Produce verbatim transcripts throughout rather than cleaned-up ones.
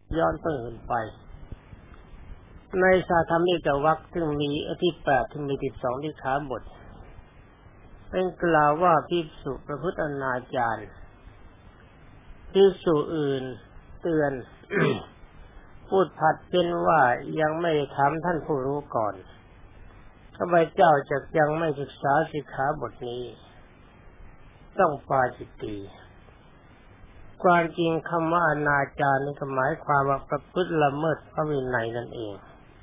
ย้อนต้นอื่นไปในสาธรรมิกวรรคซึ่งมีอธิแปดที่มีสิบสองที่ขาบทเป็นกล่าวว่าภิกษุประพฤติอนาจารภิกษุอื่นเตือน พูดผัดเป็นว่ายังไม่ถามท่านผู้รู้ก่อนข้าพเจ้าจะยังไม่ศึกษาสิกขาบทนี้ต้องปาจิตตีความจริงคำว่าอนาจารนี่ก็หมายความว่าประพฤติละเมิดพระวินัยนั่นเอง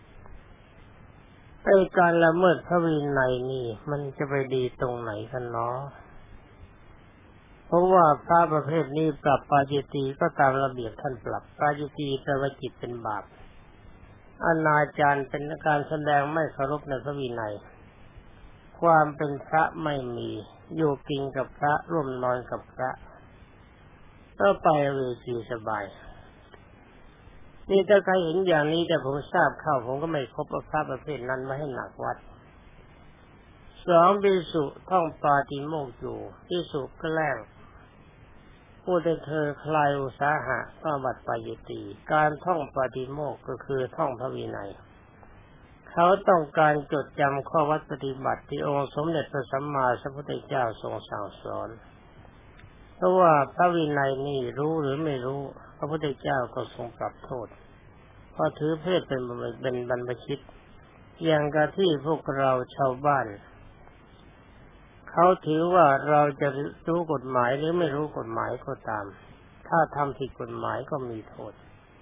ไอ้การละเมิดพระวินัยนี่มันจะไปดีตรงไหนกันเนาะเพราะว่าพระประเภทนี้ปรับปาจิตตีก็ตามระเบียบท่านปรับปาจิตตีแปลว่าจิตเป็นบาปอนาจารเป็นการแสดงไม่เคารพในพระวินัยความเป็นพระไม่มีอยู่กินกับพระร่วมนอนกับพระก็ไปเวทีสบายนี่ถ้าใครเห็นอย่างนี้แต่ผมทราบเข้าผมก็ไม่คบพระประเภทนั้นมาให้หนักวัดสองภิกษุท่องปาติโมกข์อยู่ภิกษุแกล้งพูดให้เธอคลายอุตสาหะก็บัดปาจิตตีการท่องปาติโมกข์ก็คือท่องพระวินัยเขาต้องการจดจำข้อวัดปฏิบัติที่องค์สมเด็จพระสัมมาสัมพุทธเจ้าทรงสั่งสอนเพราะว่าพระวินัยนี่รู้หรือไม่รู้พระพุทธเจ้าก็ทรงปรับโทษเพราะถือเพศเป็นเป็นบรรพชิตอย่างกับที่พวกเราชาวบ้านเขาถือว่าเราจะรู้กฎหมายหรือไม่รู้กฎหมายก็ตามถ้าทำผิดกฎหมายก็มีโทษ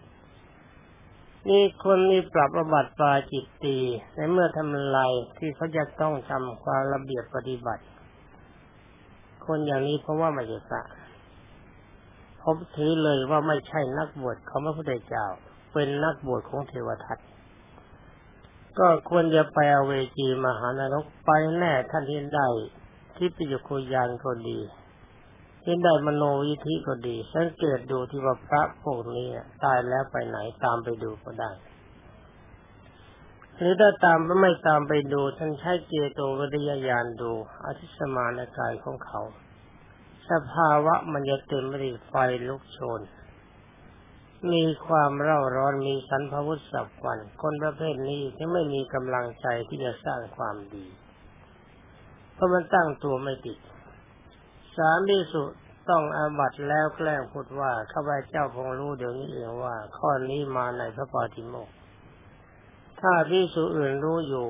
นี่คนนี้ปรับอาบัติปาจิตตีในเมื่อทำลายที่เขาจะต้องทำความระเบียบปฏิบัติคนอย่างนี้เพราะว่าไม่ใช่พระผมถือเลยว่าไม่ใช่นักบวชของพระพุทธเจ้าเป็นนักบวชของเทวทัตก็ควรจะไปเอาเวจีมหานรกไปแน่ท่านที่ได้ที่ปิยคุยานก็ดีที่ได้มโนวิธิก็ดีสังเกตดูที่ว่าพระพวกนี้ตายแล้วไปไหนตามไปดูก็ได้หรือถ้าตามไม่ตามไปดูท่านใช้เจโตวิริยญาณดูอธิสมานกายของเขาสภาวะมันจะเต็มไปด้วยไฟลุกโชนมีความเร่าร้อนมีสันพวุฒิสับวันคนประเภทนี้ที่ไม่มีกำลังใจที่จะสร้างความดีเพราะมันตั้งตัวไม่ติดสามภิกษุต้องอาบัติแล้วแกล้งพูดว่าข้าพเจ้าคงรู้เดี๋ยวนี้เองว่าข้อนี้มาในพระปาติโมกข์ถ้าภิกษุอื่นรู้อยู่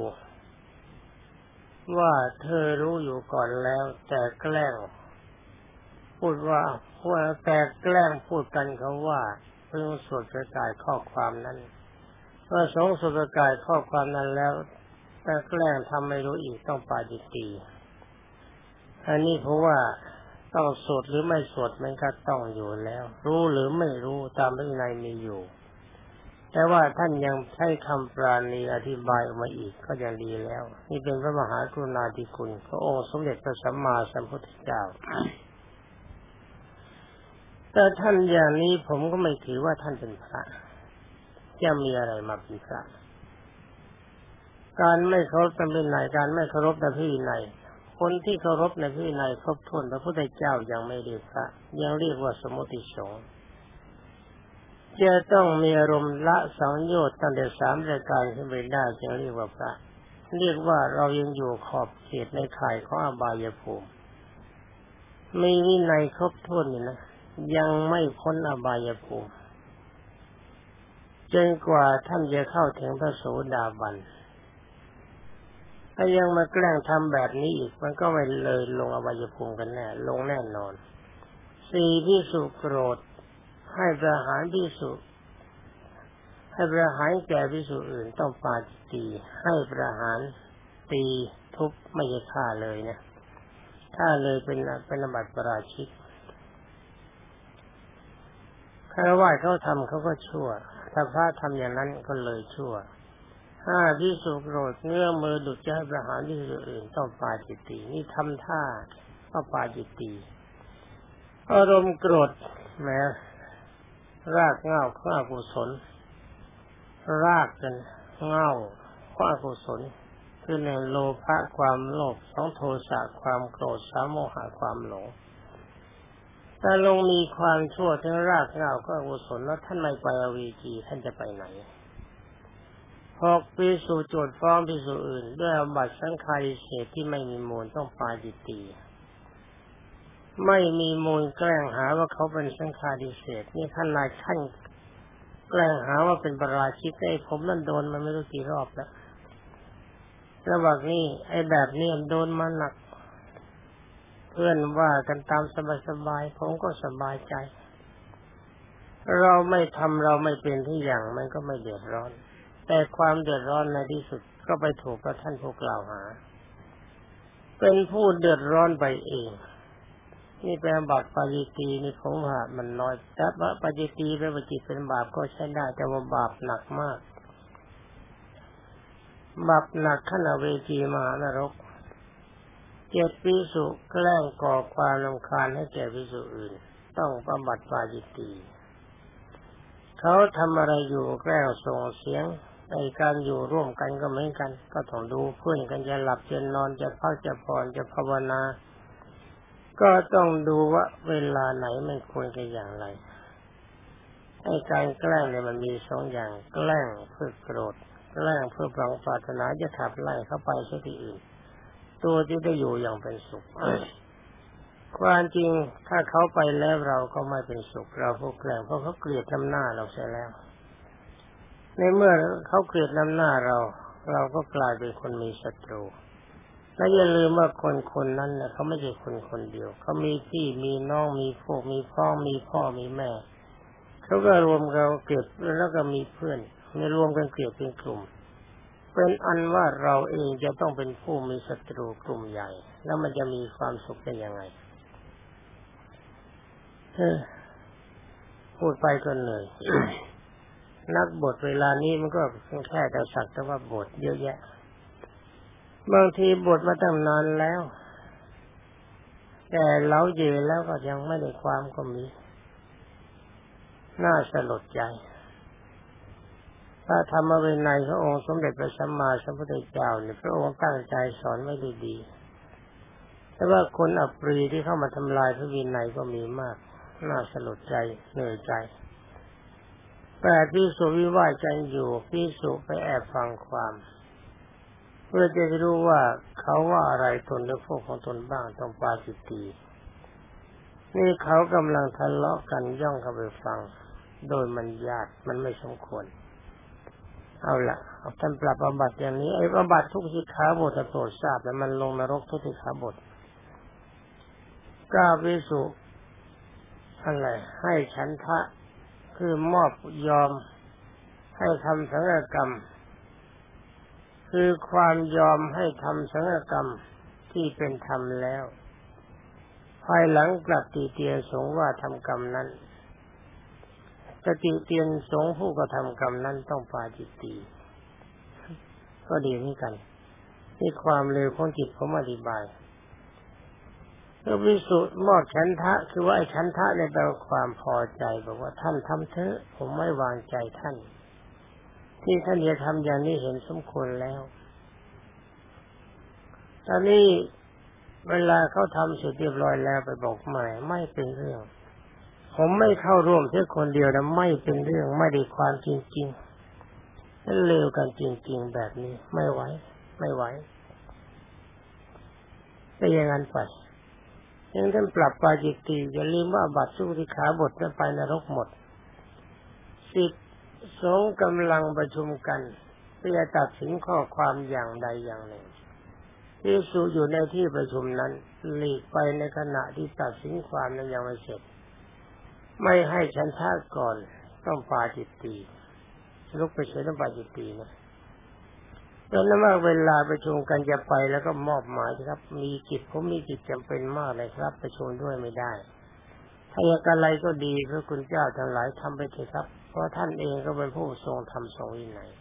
ว่าเธอรู้อยู่ก่อนแล้วแต่แกล้งพูดว่าว่าแต่แกล้งพูดกันเขาว่าเพิ่งสวดประกาศข้อความนั้นเมื่อสงสวดประกาศข้อความนั้นแล้วแต่แกล้งทำไม่รู้อีกต้องปาจิตตีอันนี้เพราะว่าต้องสวดหรือไม่สวดมันก็ต้องอยู่แล้วรู้หรือไม่รู้ตามพระวินัยมีอยู่แต่ว่าท่านยังใช้คำปราณีอธิบายออกมาอีกก็ยังดีแล้วนี่เป็นพระมหากรุณาธิคุณขององค์สมเด็จพระสัมมาสัมพุทธเจ้าแต่ท่านอย่างนี้ผมก็ไม่ถือว่าท่านเป็นพระจะมีอะไรมาเป็นพระการไม่เคารพในวินัยการไม่เคารพในพระวินัยคนที่เคารพในพระวินัยครบถ้วนพระพุทธเจ้ายังไม่เรียกพระยังเรียกว่าสมุติสงฆ์จะต้องมีอารมณ์ละสังโยชน์ตั้งแต่สามรายการขึ้นไปได้จึงเรียกว่าพระเรียกว่าเรายังอยู่ขอบเขตในข่ายของอบายภูมิมีวินัยครบถ้วนนี่นะยังไม่พ้นอบายภูมิจนกว่าท่านจะเข้าถึงพระโสดาบันถ้ายังมาแกล้งทำแบบนี้อีกมันก็ไม่เลยลงอบายภูมิกันแน่ลงแน่นอนสี่ภิกษุโกรธให้ประหารภิกษุให้ประหารแก่ภิกษุอื่นต้องปาจิตตีให้ประหารตีทุบไม่ใช่ฆ่าเลยนะถ้าเลยเป็นเป็นอาบัติปาราชิกคารวะเขาทำเขาก็ชั่วถ้าพระทำอย่างนั้นก็เลยชั่วห้าภิกษุโกรธเงื้อมือดุจจะให้ประหารภิกษุอื่นต้องปาจิตตีนี่ทำท่าก็ปาจิตตีอารมณ์โกรธแม้รากเหง้าข้ออกุศลรากกันเหง้าข้ออกุศลคือหนึ่งโลภะความโลภสองโทสะความโกรธสามโมหะความหลงถ้าลงมีความชั่วทั้งรากเหง้าก็อกุศลแล้วท่านไม่ไปอเวจีท่านจะไปไหนหกภิกษุโจทก์ฟ้องภิกษุอื่นด้วยอาบัติสังฆาริเศษที่ไม่มีมูลต้องปาจิตตีไม่มีมูลแกล้งหาว่าเขาเป็นสังฆาริเศษนี่ท่านนายท่านแกล้งหาว่าเป็นปราชิกไอ้ผมนั่นโดนมาไม่รู้กี่รอบแล้วระหว่างนี้ไอ้แบบนี้โดนมาหนักเพื่อนว่ากันตามสบายๆผมก็สบายใจเราไม่ทำเราไม่เป็นที่อย่างมันก็ไม่เดือดร้อนแต่ความเดือดร้อนในที่สุดก็ไปถูกกับท่านผู้กล่าวหาเป็นผู้เดือดร้อนไปเองนี่เป็นบาปปาจิตีนี่ผมว่ามันน้อยแต่ว่าปาจิตีเป็นวจิตเป็นบาปก็ใช้ได้แต่ว่าบาปหนักมากบาปหนักขั้นอเวจีมหานรกเจ็ดภิกษุแกล้งก่อความรำคาญให้แก่ภิกษุอื่นต้องบำบัดปาจิตีเขาทำอะไรอยู่แกล้งส่งเสียงในการอยู่ร่วมกันก็เหมือนกันก็ต้องดูเพื่อนกันจะหลับจะนอนจะพักจะผ่อนจะภาวนาก็ต้องดูว่าเวลาไหนมันควรจะอย่างไรไอ้การแกล้งเนี่ยมันมีสองอย่างแกล้งเพื่อโกรธแกล้งเพื่อปรารถนาจะขับไล่เข้าไปที่อื่นตัวที่ได้อยู่อย่างเป็นสุข ความจริงถ้าเขาไปแล้วเราก็ไม่เป็นสุขเราพวกแกล้งเพราะเขาเกลียดน้ำหน้าเราเสียแล้วในเมื่อเขาเกลียดน้ำหน้าเราเราก็กลายเป็นคนมีศัตรูและอย่าลืมว่าคนคนนั้นเนี่ยเขาไม่ใช่คนคนเดียวเขามีพี่มีน้องมีพวกมีพ่อมีพ่อมีแม่เขาก็รวมกันเกลียดแล้วก็มีเพื่อนในรวมกันเกลียดเป็นกลุ่มเป็นอันว่าเราเองจะต้องเป็นผู้มีศัตรูกลุ่มใหญ่แล้วมันจะมีความสุขได้ยังไงเออพูดไปก็เหนื่อย นักบทเวลานี้มันก็แค่แต่สักแต่ว่าบทเยอะแยะบางทีบทมาตั้งนานแล้วแต่เล้าเยแล้วก็ยังไม่ได้ความก็มีน่าสลดใจถ้าธรรมวินัยพระองค์สมเด็จพระสัมมาสัมพุทธเจ้าเนี่ยพระองค์ตั้งใจสอนไว้ดีๆแต่ว่าคนอัปรีที่เข้ามาทำลายพระวินัยก็มีมากน่าสลดใจเหนื่อยใจแปดภิกษุวิวาทกันอยู่ภิกษุไปแอบฟังความเพื่อจะรู้ว่าเขาว่าอะไรตนและพวกของตนบ้างต้องปาจิตตีนี่เขากำลังทะเลาะกันย่องเข้าไปฟังโดยมันญาติมันไม่สมควรเอาละเอาท่านปรับอาบัติอย่างนี้ไอ้อาบัติทุกสิกขาบทโปรดทราบแต่มันลงนรกทุกสิกขาบทก้าภิกษุอะไรให้ฉันทะคือมอบยอมให้ทำสังฆกรรมคือความยอมให้ทำสังฆกรรมที่เป็นธรรมแล้วภายหลังกลับติเตียนสงฆ์ว่าทำกรรมนั้นจะติเตียนสงฆ์ผู้กระทำกรรมนั้นต้องปาจิตตีก็ดีเหมือนกันที่ความเร็วของจิตผมอธิบายเมื่อวิสุทธิมอบฉันทะคือว่าไอ้ฉันทะในแปลว่าความพอใจบอกว่าท่านทำเถอะผมไม่วางใจท่านที่ท่านจะทำอย่างนี้เห็นสมควรแล้วตอนนี้เวลาเขาทำเสร็จเรียบร้อยแล้วไปบอกใหม่ไม่เป็นเรื่องผมไม่เข้าร่วมแค่คนเดียวนะไม่เป็นเรื่องไม่ได้ความจริงๆนั่นเลวกันจริงๆแบบนี้ไม่ไหวไม่ไหวแต่อย่างนั้นไปยังท่านปรับปาจิตตีอย่าลืมว่าบัตรสุติขาบทนั้นไปนรกหมดสิบสงฆ์กำลังประชุมกันเพื่อตัดสินข้อความอย่างใดอย่างหนึ่งภิกษุอยู่ในที่ประชุมนั้นหลีกไปในขณะที่ตัดสินความนั้นยังไม่เสร็จไม่ให้ฉันทะก่อนต้องปาจิตตีลุกไปเฉยต้องปาจิตตีนะตอนนั้นว่าเวลาประชุมกันจะไปแล้วก็มอบหมายครับมีกิจผมมีกิจจำเป็นมากเลยครับประชุมด้วยไม่ได้ถ้าอยากอะไรก็ดีพระคุณเจ้าทั้งหลายทำไปเถอะครับเพราะท่านเองก็เป็นผู้ทรงธรรมทรงวินัย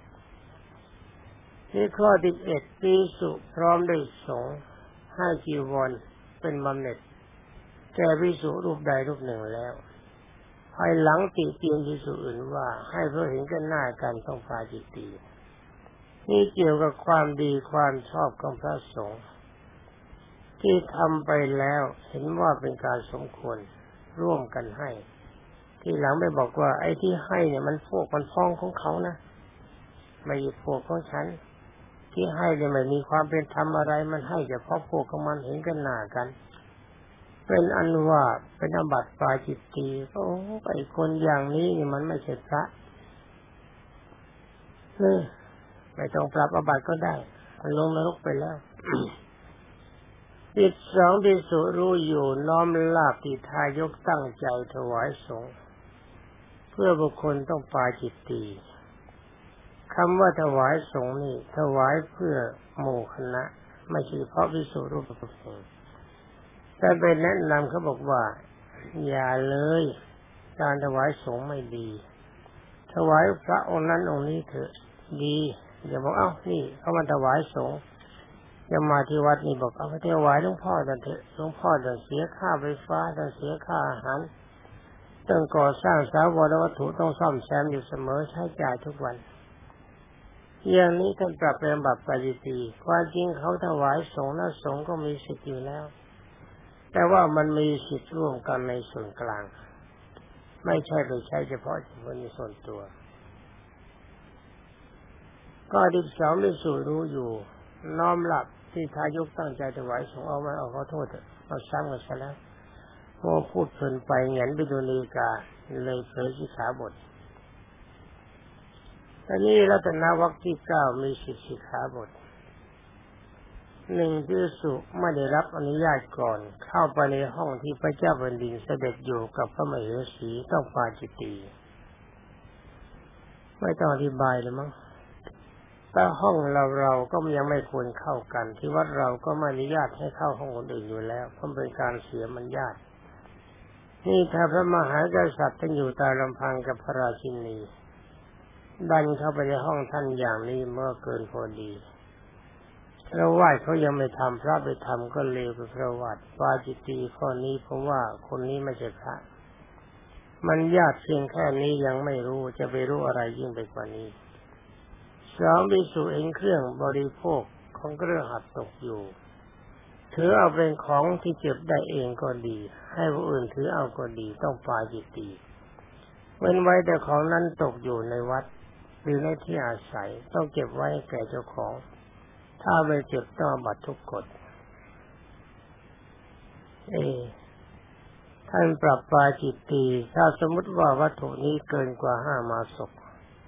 นี่ข้อที่เอ็ดภิกษุพร้อมด้วยสงฆ์ให้จีวรเป็นบำเหน็จแก่ภิกษุรูปใดรูปหนึ่งแล้วภายหลังติเตียนภิกษุอื่นว่าให้เพื่อเห็นกันหน้ากันต้องปาจิตตีนี่เกี่ยวกับความดีความชอบของพระสงฆ์ที่ทำไปแล้วเห็นว่าเป็นการสมควรร่วมกันให้ทีหลังไปบอกว่าไอ้ที่ให้เนี่ยมันพวกมันพ้องของเขานะไม่ใช่พวกของฉันที่ให้เนี่ยไม่มีความเป็นธรรมอะไรมันให้เฉพาะพวกของมันเห็นกันหน้ากันเป็นอันว่าเป็นอาบัติปาจิตตีโอ้ไอ้คนอย่างนี้นี่มันไม่ใช่พระนี่ไม่ต้องปรับอาบัติก็ได้มันลงนรกไปแล้วอีกสองภิกษุรู้อยู่น้อมลาภที่ทายกตั้งใจถวายสงฆ์เพื่อบุคคลต้องปาจิตตีคำว่าถวายสงฆ์นี่ถวายเพื่อหมู่คณะไม่ใช่เฉพาะภิกษุรูปเดียวแต่เป็นแนะนำเขาบอกว่าอย่าเลยการถวายสงฆ์ไม่ดีถวายพระองค์นั้นองค์นี้เถอะดีอย่าบอกเอ้านี่เขามาถวายสงฆ์จะมาที่วัดนี่บอกเอาไปถวายหลวงพ่อแต่เถอะหลวงพ่อต้องเสียค่าไฟฟ้าต้องเสียค่าอาหารต้องก่อสร้างสาวรวัตถุต้องซ่อมแซมอยู่เสมอใช้จ่ายทุกวันอย่างนี้ท่านปรับเป็นบัพปาจิตตีความจริงเขาถวายสงฆ์แล้วสงฆ์ก็มีสิทธิ์อยู่แล้วแต่ว่ามันมีสิทธิ์ร่วมกันในส่วนกลางไม่ใช่ไปใช้เฉพาะเฉพาะในส่วนตัวก็ดิบสองภิกษุรู้อยู่น้อมหลับที่ทายกตั้งใจถวายสงฆ์เอามาเอาขอโทษเอาซ้ำกันซะแล้วพอพูดเพลินไปเงียนไปดูนาฬิกาเลยเผยสิกขาบทตอนนี้รัตนวรรคที่เก้ามีสิบสิกขาบทหนึ่งภิกษุไม่ได้รับอนุญาตก่อนเข้าไปในห้องที่พระเจ้าแผ่นดินเสด็จอยู่กับพระมเหสีต้องปาจิตตีไม่ต้องอธิบายเลยมั้งแต่ห้องเราเราก็ยังไม่ควรเข้ากันที่วัดเราก็ไม่อนุญาตให้เข้าห้องคนอื่นอยู่แล้วเพราะเป็นการเสียมารยาทนี่ถ้าพระมหากษัตริย์ท่านอยู่ตามลำพังกับพระราชินีดันเข้าไปในห้องท่านอย่างนี้เมื่อเกินพอดีแล้วไหว้เขายังไม่ทำพระไปทำก็เลวไปพระวัดปาจิตตีข้อนี้เพราะว่าคนนี้ไม่ใช่พระมันยากเพียงแค่นี้ยังไม่รู้จะไปรู้อะไรยิ่งไปกว่านี้สองภิกษุเห็นเครื่องบริโภคของเครื่องหัตถ์ตกอยู่ถือเอาเป็นของที่เก็บได้เองก็ดีให้ผู้อื่นถือเอาก็ดีต้องปาจิตตีเว้นไว้แต่ของนั้นตกอยู่ในวัดหรือในที่อาศัยต้องเก็บไว้แก่เจ้าของถ้าไม่เก็บต้องอาบัติทุกกฎเอท่านปรับปาจิตตีถ้าสมมติว่าวัตถุนี้เกินกว่าห้ามาศก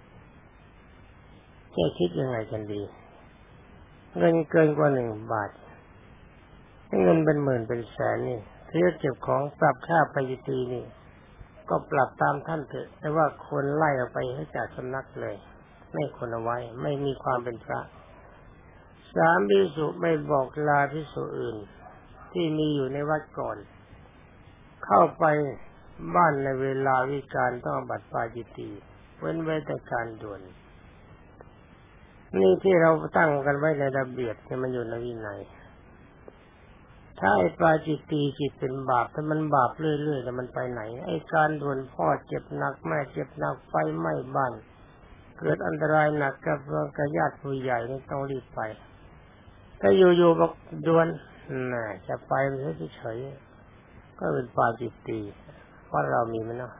จะคิดยังไงกันดีเงินเกินกว่าหนึ่งบาทเงินเป็นหมื่นเป็นแสนนี่ถ้าเก็บของปรับค่าปาจิตตีนี่ก็ปรับตามท่านเถอะแต่ว่าควรไล่ออกไปให้จากสำนักเลยไม่ควรเอาไว้ไม่มีความเป็นพระสามภิกษุไม่บอกลาภิกษุอื่นที่มีอยู่ในวัดก่อนเข้าไปบ้านในเวลาวิกาลต้องอาบัติปาจิตตีเว้นไว้แต่การด่วนนี่ที่เราตั้งกันไว้ในระเบียบที่มันอยู่ในวินัยถ้าไอ้ปาจิตตีจิตเป็นบาปถ้ามันบาปเรื่อยๆแล้วมันไปไหนไอ้การด่วนพ่อเจ็บหนักแม่เจ็บหนักไฟไหม้บ้านเกิดอันตรายหนักกับกับญาติผู้ใหญ่นี่ต้องรีบไปถ้าอยู่ๆบอกด่วนน่ะจะไปเฉยๆก็เป็นปาจิตตีวัดเรามีไหมเนาะ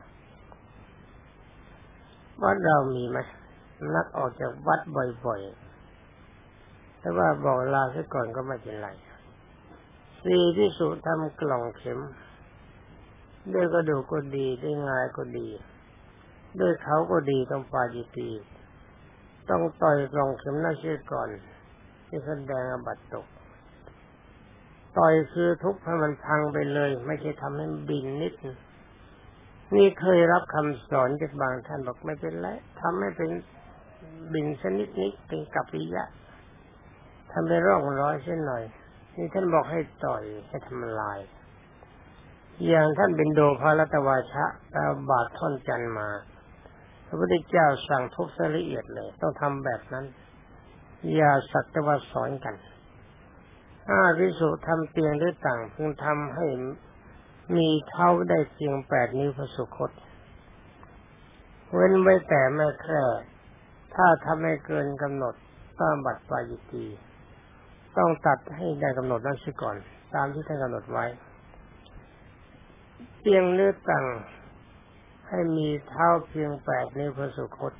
วัดเรามีไหมนักออกจากวัดบ่อยๆแต่ว่าบอกลาซะก่อนก็ไม่เป็นไรสี่ภิกษุทำกล่องเข็มด้วยกระดูกก็ดีด้วยงาก็ดีด้วยเขาก็ดีต้องปาจิตตีต้องต่อยกล่องเข็มนั่นเสียก่อนที่แสดงอาบัติตกต่อยคือทุบให้มันพังไปเลยไม่ใช่ทำให้บินนิดนี่เคยรับคำสอนจากบางท่านบอกไม่เป็นไรทำให้เป็นบินชนิดนี้เป็นกัปปิยะทำเป็นร่องรอยเส้นหน่อยนี่ท่านบอกให้ต่อยให้ทำลายอย่างท่านเป็นโดภารัตวาชะเอาบาดท่อนจันมาพระพุทธเจ้าสั่งทุบละเอียดเลยต้องทำแบบนั้นอย่าสักแต่ว่าสอนกันห้าภิกษุทำเตียงด้วยต่างพึงทำให้มีเท้าได้เพียงแปดนิ้วพระสุคตเว้นไว้แต่แม่แคร่ถ้าทำให้เกินกำหนดต้องอาบัติปาจิตตีต้องตัดให้ได้กำหนดนั้นเสียก่อนตามที่ท่านกำหนดไว้เตียงเนื้อต่างให้มีเท้าเพียงแปดนิ้วพระสุคต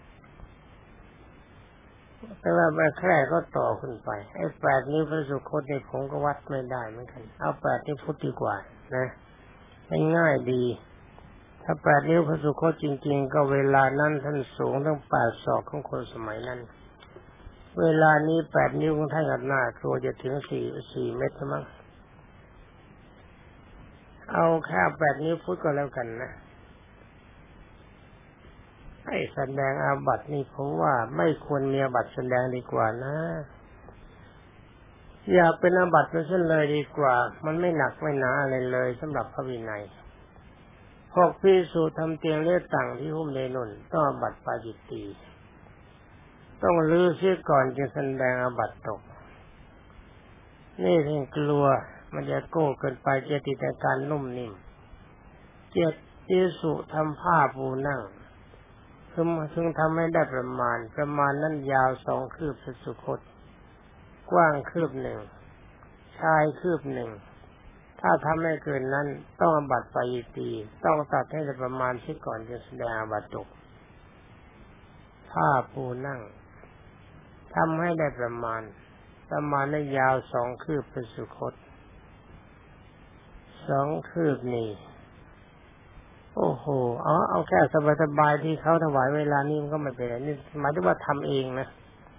แต่ว่าแม่แคร่ก็ต่อขึ้นไปไอ้แปดนิ้วพระสุคตในผมก็วัดไม่ได้เหมือนกันเอาแปดนิ้วพุทธดีกว่านะง่ายดีถ้าแปดนิ้วพระสุคตจริงๆก็เวลานั้นท่านสูงตั้งแปดศอกของคนสมัยนั้นเวลานี้แปดนิ้วของท่านกับหน้าครัวจะถึงสี่สี่เมตรมั้งเอาแค่แปดนิ้วพุทธก็แล้วกันนะให้แสดงอาบัตินี่ผมว่าไม่ควรมีอาบัติแสดงดีกว่านะอย่าเป็นอาบัติไปเสียเลยดีกว่ามันไม่หนักไม่หนาอะไรเลยสำหรับพระวินัยพวกภิกษุทำเตียงเลือดต่างที่หุ้มในนุ่นต้องอาบัติปาจิตตีต้องลื้อเสียก่อนจึงแสดงอาบัติตกนี่ท่านกลัวมันจะโก้เกินไปจะติดแต่การนุ่มนิ่มเจ็ดภิกษุทำผ้าปูนั่งคือซึ่งทำให้ได้ประมาณประมาณนั้นยาวสองคืบพระสุคตกว้างคืบหนึ่งชายคืบหนึ่งถ้าทำให้เกินนั้นต้องอาบัติปาจิตตีต้องตัดให้ได้ประมาณที่ก่อนจะแสดงอาบัติตกผ้าปูนั่งทำให้ได้ประมาณประมาณนั้นยาวสองคืบพระสุคตสองคืบนี่โอ้โหเอาเอาแค่สบายๆที่เขาถวายเวลานี้มันก็ไม่เป็นไรนี่หมายถึงว่าทำเองนะ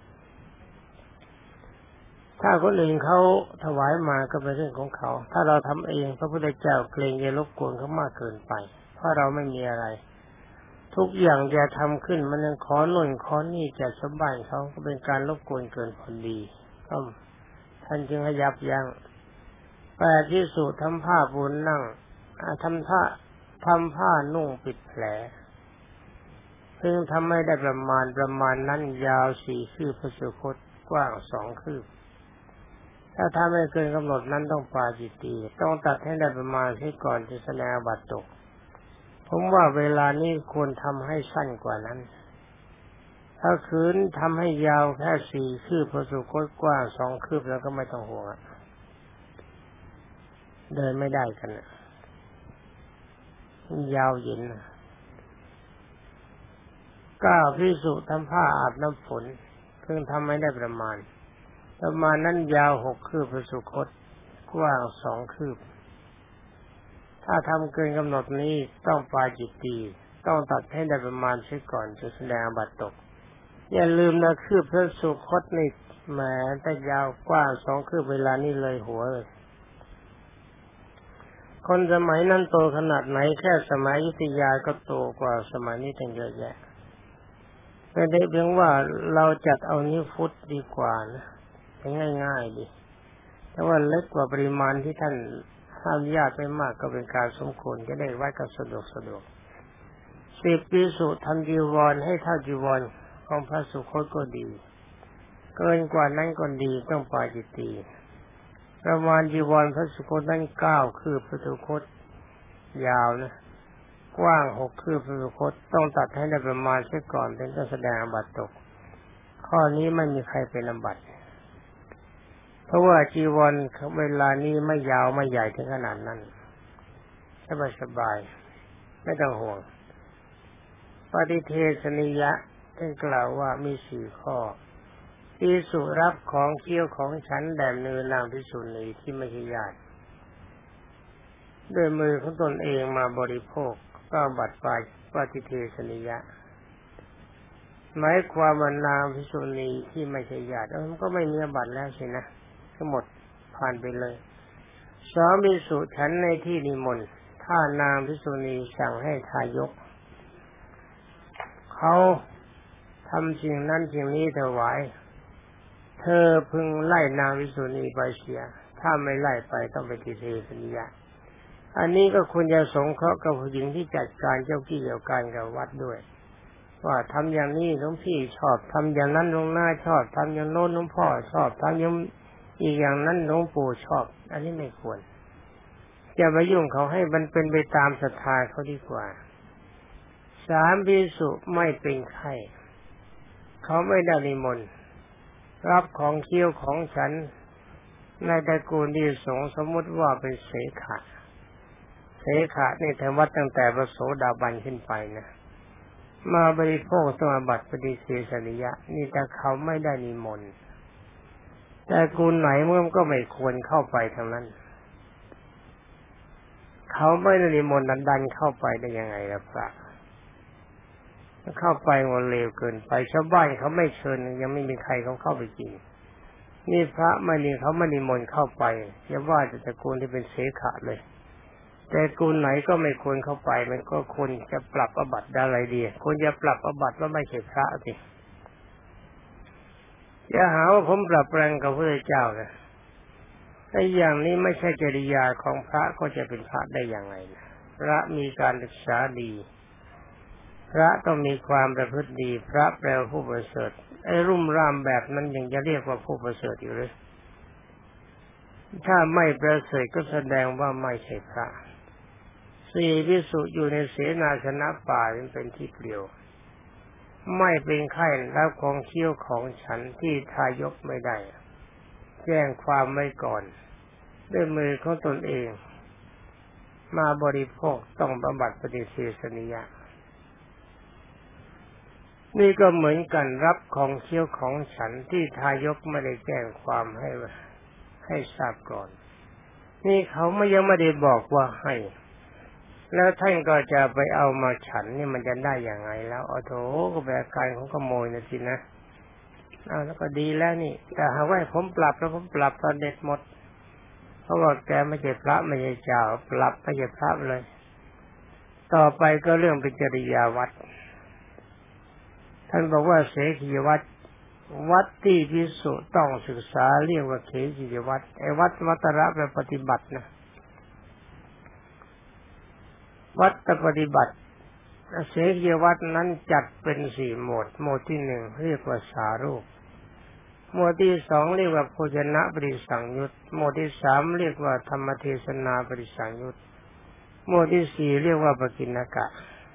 ถ้าคนอื่นเขาถวายมาก็เป็นเรื่องของเขาถ้าเราทำเองพระพุทธเจ้าเกรงจะรบกวนเขามากเกินไปเพราะเราไม่มีอะไรทุกอย่างจะทำขึ้นมันยังขอหน่นขอนี่จะสบายเขาก็เป็นการรบกวนเกินพอดีก็ท่านจึงให้ยับยั้งแปดภิกษุทำผ้าปูนั่งทำผ้าทำผ้านุ่งปิดแผลซึ่งทำให้ได้ประมาณประมาณนั้นยาวสี่คืบพระสุคตกว้างสองคืบถ้าทำไม่เกินกำหนดนั้นต้องปาจิตตีต้องตัดให้ได้ประมาณที่ก่อนจะแสดงอาบัติตกผมว่าเวลานี้ควรทำให้สั้นกว่านั้นถ้าคืนทำให้ยาวแค่สี่คืบพระสุคตกว้างสองคืบแล้วก็ไม่ต้องห่วงเดินไม่ได้กันยาวเย็นเก้าภิกษุทำผ้าอาบน้ำฝนเพิ่งทำให้ได้ประมาณประมาณนั้นยาวหกคืบพระสุคตกว้างสองคืบถ้าทำเกินกำหนดนี้ต้องปาจิตตีต้องตัดให้ได้ประมาณเสียก่อนจะแสดงอาบัติตกอย่าลืมนะคืบพระสุคตนี่แหมแต่ยาวกว้างสองคืบเวลานี้เลยหัวเลยคนสมัยนั้นโตขนาดไหนแค่สมัยอยุธยาก็โตกว่าสมัยนี้ตั้งเยอะแยะไม่ได้เพียงว่าเราจัดเอานิ้วฟุตดีกว่านะง่ายๆดีแต่ว่าเล็กกว่าปริมาณที่ท่านห้ามญาติไปมากก็เป็นการสมควรจะได้ไว้กับสะดวกสะดวกสิบภิกษุทำจีวรให้เท่าจีวรของพระสุคตก็ดีเกินกว่านั้นก็ดีต้องปาจิตตีประมาณจีวรพระสุคตนั้นเก้าคืบพระสุคตยาวนะกว้างหกคืบพระสุคตต้องตัดให้ได้ประมาณเสียก่อนถึงจะแสดงอาบัติตกข้อนี้ไม่มีใครเป็นอาบัติเพราะว่าจีวรเวลานี้ไม่ยาวไม่ใหญ่ถึงขนาดนั้นสบายสบายไม่ต้องห่วงปฏิเทศนิยะท่านกล่าวว่ามีสี่ข้อภิกษุรับของเคี้ยวของฉันแด่มือนางภิกษุณีที่ไม่ใช่ญาติด้วยมือของตนเองมาบริโภคก็อาบัติปฏิเทศนิยะหมายความว่านางภิกษุณีที่ไม่ใช่ญาติมันก็ไม่มีอาบัติแล้วสินะทั้งหมดผ่านไปเลยสองภิกษุฉันในที่นิมนต์ถ้านางภิกษุณีสั่งให้ทายกเขาทำสิ่งนั้นสิ่งนี้ถวายเธอพึงไล่นางภิกษุณีไปเสียถ้าไม่ไล่ไปต้องไปฏิเทศนิยะอันนี้ก็ควรจะสงเคราะห์กับผู้หญิงที่จัดการเจ้าที่เกี่ยวกันกับวัดด้วยว่าทำอย่างนี้หลวงพี่ชอบทำอย่างนั้นหลวงหน้าชอบทำอย่างโน้นหลวงพ่อชอบทำอย่างอีกอย่างนั้นหลวงปู่ชอบอันนี้ไม่ควรอย่าไปยุ่งเขาให้มันเป็นไปตามศรัทธาเขาดีกว่าสามภิกษุไม่เป็นไข้เขาไม่ได้นิมนต์รับของเคี้ยวของฉันในตระกูลที่สงฆ์สมมติว่าเป็นเสขะเสขะนี่ทวัดตั้งแต่พระโสดาบันขึ้นไปนะมาบริโภคสมาบัติปฏิเสสนิยะนี่แต่เขาไม่ได้นิมนต์แต่กูไหนมันก็ไม่ควรเข้าไปทางนั้นเขาไม่ได้นิมนต์ดันเข้าไปได้ยังไงล่ะพระเข้าไปมันเลวเกินไปชาวบ้านเขาไม่เชิญยังไม่มีใครเขาเข้าไปกินนี่พระไม่นี่เขาไม่นิมนต์เข้าไปอย่าว่าแต่ตระกูลที่เป็นเสขะเลยแต่กูไหนก็ไม่ควรเข้าไปมันก็ควรจะปรับอาบัติอะไรดีควรจะปรับอาบัติว่าไม่ใช่พระสิอย่าหาว่าผมปรับแปลงกับพระเจ้านะไอ้อย่างนี้ไม่ใช่จริยาของพระก็จะเป็นพระได้อย่างไรนะพระมีการศึกษาดีพระต้องมีความประพฤติดีพระแปลว่าผู้ประเสริฐไอ้รุ่มร่ามแบบนั้นยังจะเรียกว่าผู้ประเสริฐอยู่หรือถ้าไม่ประเสริฐก็แสดงว่าไม่ใช่พระสี่ภิกษุอยู่ในเสนาสนะป่าเป็นที่เปลี่ยวไม่เป็นไข้รับของเคี้ยวของฉันที่ทายกไม่ได้แจ้งความไว้ก่อนด้วยมือของตนเองมาบริโภคต้องบำบัดปฏิเสสนิยะนี่ก็เหมือนกันรับของเคี้ยวของฉันที่ทายกไม่ได้แจ้งความให้ให้ทราบก่อนนี่เขาไม่ยังไม่ได้บอกว่าให้แล้วท่านก็จะไปเอามาฉันนี่มันจะได้อย่างไรแล้วโอ้โถก็แบบการของขโมยนะสินะอ้าวแล้วก็ดีแล้วนี่แต่หาว่าผมปรับแล้วผมปรับตอนเด็ดหมดเพราะว่าแกไม่ใช่พระไม่ใช่เจ้าปรับไม่ใช่พระเลยต่อไปก็เรื่องเป็นจริยาวัดท่านบอกว่าเสขีวัดวัดที่ภิกษุต้องศึกษาเรียกว่าเสขีวัดไอ้วัดมัตระแปลปฏิบัตินะวัดปฏิบัติเสขีวัดนั้นจัดเป็นสี่หมวดหมวดที่หนึ่งเรียกว่าสารูปหมวดที่สองเรียกว่าโภชนะปริสังยุตหมวดที่สามเรียกว่าธรรมเทศนาปริสังยุตหมวดที่สี่เรียกว่าปกิณกะ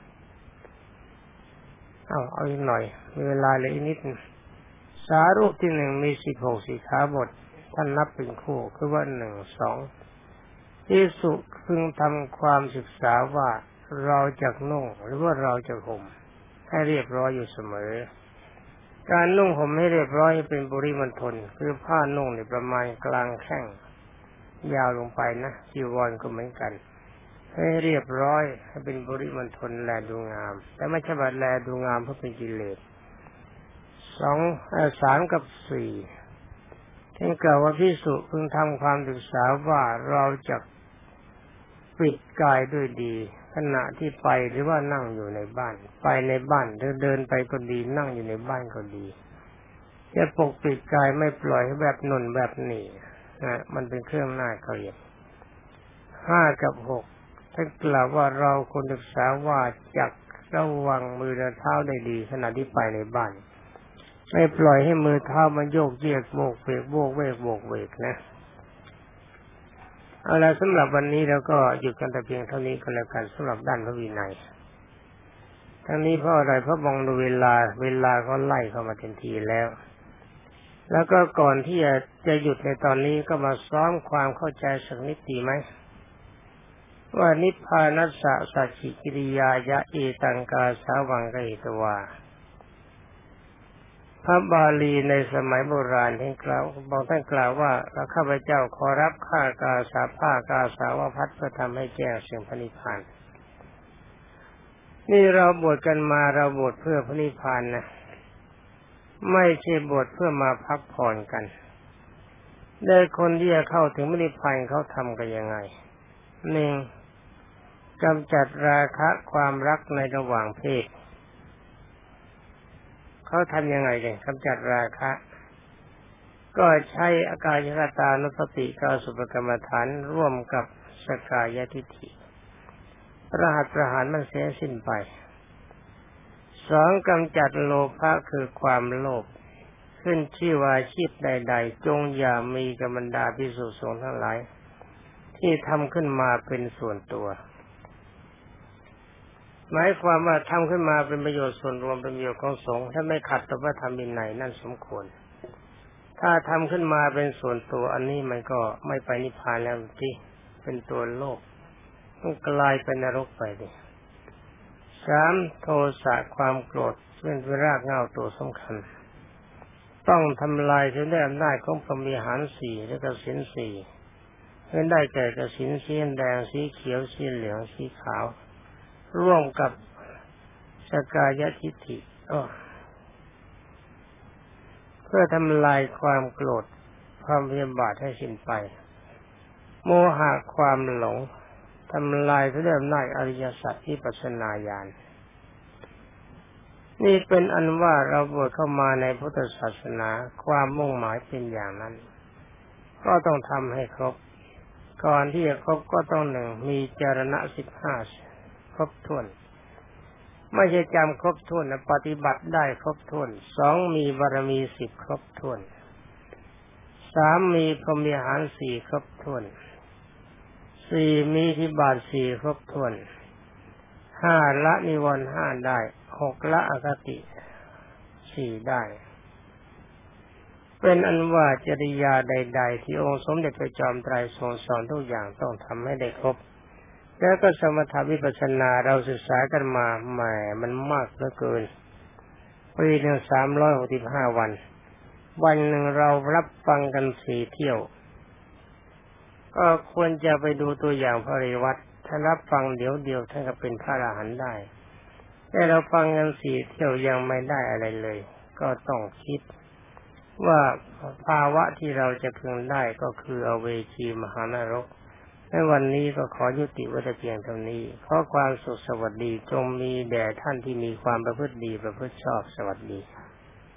เอาเอาอีกหน่อยมีเวลาเหลืออีกนิดสารูปที่หนึ่งมีสิบหกสิกขาบทท่านนับเป็นคู่คือว่าหนึ่งสองภิกษุพึงทำความศึกษาว่าเราจะนุ่งหรือว่าเราจะห่มให้เรียบร้อยอยู่เสมอการนุ่งห่มให้เรียบร้อยเป็นปริมณฑลคือผ้านุ่งในประมาณกลางแข้งยาวลงไปนะจีวรก็เหมือนกันให้เรียบร้อยให้เป็นปริมณฑลแลดูงามแต่ไม่ใช่ว่าแลดูงามเพราะเป็นกิเลสสองสามกับสี่ท่านกล่าวว่าภิกษุพึงทำความศึกษาว่าเราจะปิดกายด้วยดีขณะที่ไปหรือว่านั่งอยู่ในบ้านไปในบ้านหรือเดินไปก็ดีนั่งอยู่ในบ้านก็ดีจะปกปิดกายไม่ปล่อยให้แบบหนุนแบบหนีนะมันเป็นเครื่องหน้าเกลียดห้ากับหกท่านกล่าวว่าเราควรศึกษาว่าจักระวังมือและเท้าได้ดีขณะที่ไปในบ้านไม่ปล่อยให้มือเท้ามันโยกเยกโบกเวกโบกเวกโบกเวกนะเอาละสำหรับวันนี้เราก็หยุดกันแต่เพียงเท่านี้ก็แล้วกันสำหรับด้านพระวินัยทั้งนี้เพราะอะไรเพราะมองดูเวลาเวลาก็ไล่เข้ามาเต็มทีแล้วแล้วก็ก่อนที่จะจะหยุดในตอนนี้ก็มาซ้อมความเข้าใจสักนิดดีไหมว่านิพพานัสสะสัจฉิกิริยายะเอตังกาสาวังกหิตวาพระบาลีในสมัยโบราณท่านกล่าวบอกท่านกล่าวว่าข้าพเจ้าขอรับข้ากาสาผ้ากาสาวพัดเพื่อทำให้แจ้งสิ่งพระนิพพานนี่เราบวชกันมาเราบวชเพื่อพระนิพพานนะไม่ใช่บวชเพื่อมาพักผ่อนกันได้คนที่จะเข้าถึงพระนิพพานเขาทำกันยังไงหนึ่งกำจัดราคะความรักในระหว่างเพศเขาทำยังไงกันกำจัดราคะก็ใช้อาการยตานุสติกาสุปกรรมฐานร่วมกับสกายทิฏฐิประหัตประหารมันเสียสิ้นไปสองกำจัดโลภะคือความโลภขึ้นชื่อว่าอาชีพใดๆจงอย่ามีกับบรรดาภิกษุสงฆ์ทั้งหลายที่ทำขึ้นมาเป็นส่วนตัวหมายความว่าทำขึ้นมาเป็นประโยชน์ส่วนรวมเป็นประโยชน์ของสงฆ์ถ้าไม่ขัดต่อพระธรรมวินัยนั่นสมควรถ้าทำขึ้นมาเป็นส่วนตัวอันนี้มันก็ไม่ไปนิพพานแล้วที่เป็นตัวโลภมันกลายเป็นนรกไปดิสามโทสะความโกรธเป็นรากเหง้าตัวสำคัญต้องทำลายจนได้อำนาจของพรหมิหารสี่และกสิณสี่เพื่อได้แก่กสิณสีแดงสีเขียวสีเหลืองสีขาวร่วมกับสกายทิฏฐิเพื่อทำลายความโกรธความพยาบาทให้สิ้นไปโมหะความหลงทำลายด้วยอำนาจอริยสัจวิปัสสนาญาณนี่เป็นอันว่าเราบวชเข้ามาในพุทธศาสนาความมุ่งหมายเป็นอย่างนั้นก็ต้องทำให้ครบก่อนที่จะครบก็ต้องหนึ่งมีจรณะสิบห้าครบถ้วนไม่ใช่จำครบถ้วนปฏิบัติได้ครบถ้วนสองมีบารมีสิบครบถ้วนสามมีพรหมิหารสี่ครบถ้วนสี่มีอิทธิบาทสี่ครบถ้วนห้าละนิวรณ์ห้าได้หกละอคติสี่ได้เป็นอันว่าจริยาใดๆที่องค์สมเด็จพระจอมไตรทรงสอนทุกอย่างต้องทำให้ได้ครบแล้วก็สมถะวิปัสสนาเราศึกษากันมาแหมมันมากเหลือเกินปีหนึ่งสามร้อยหกสิบห้าวันวันหนึ่งเรารับฟังกันสี่เที่ยวก็ควรจะไปดูตัวอย่างพระริวัตรถ้ารับฟังเดี๋ยวเดียวท่านก็เป็นพระอรหันต์ได้แต่เราฟังกันสี่เที่ยวยังไม่ได้อะไรเลยก็ต้องคิดว่าภาวะที่เราจะพึงได้ก็คืออเวจีมหานรกในวันนี้ก็ขอยุติไว้แต่เพียงเท่านี้ขอความสุขสวัสดีจงมีแด่ท่านที่มีความประพฤติดีประพฤติชอบสวัสดี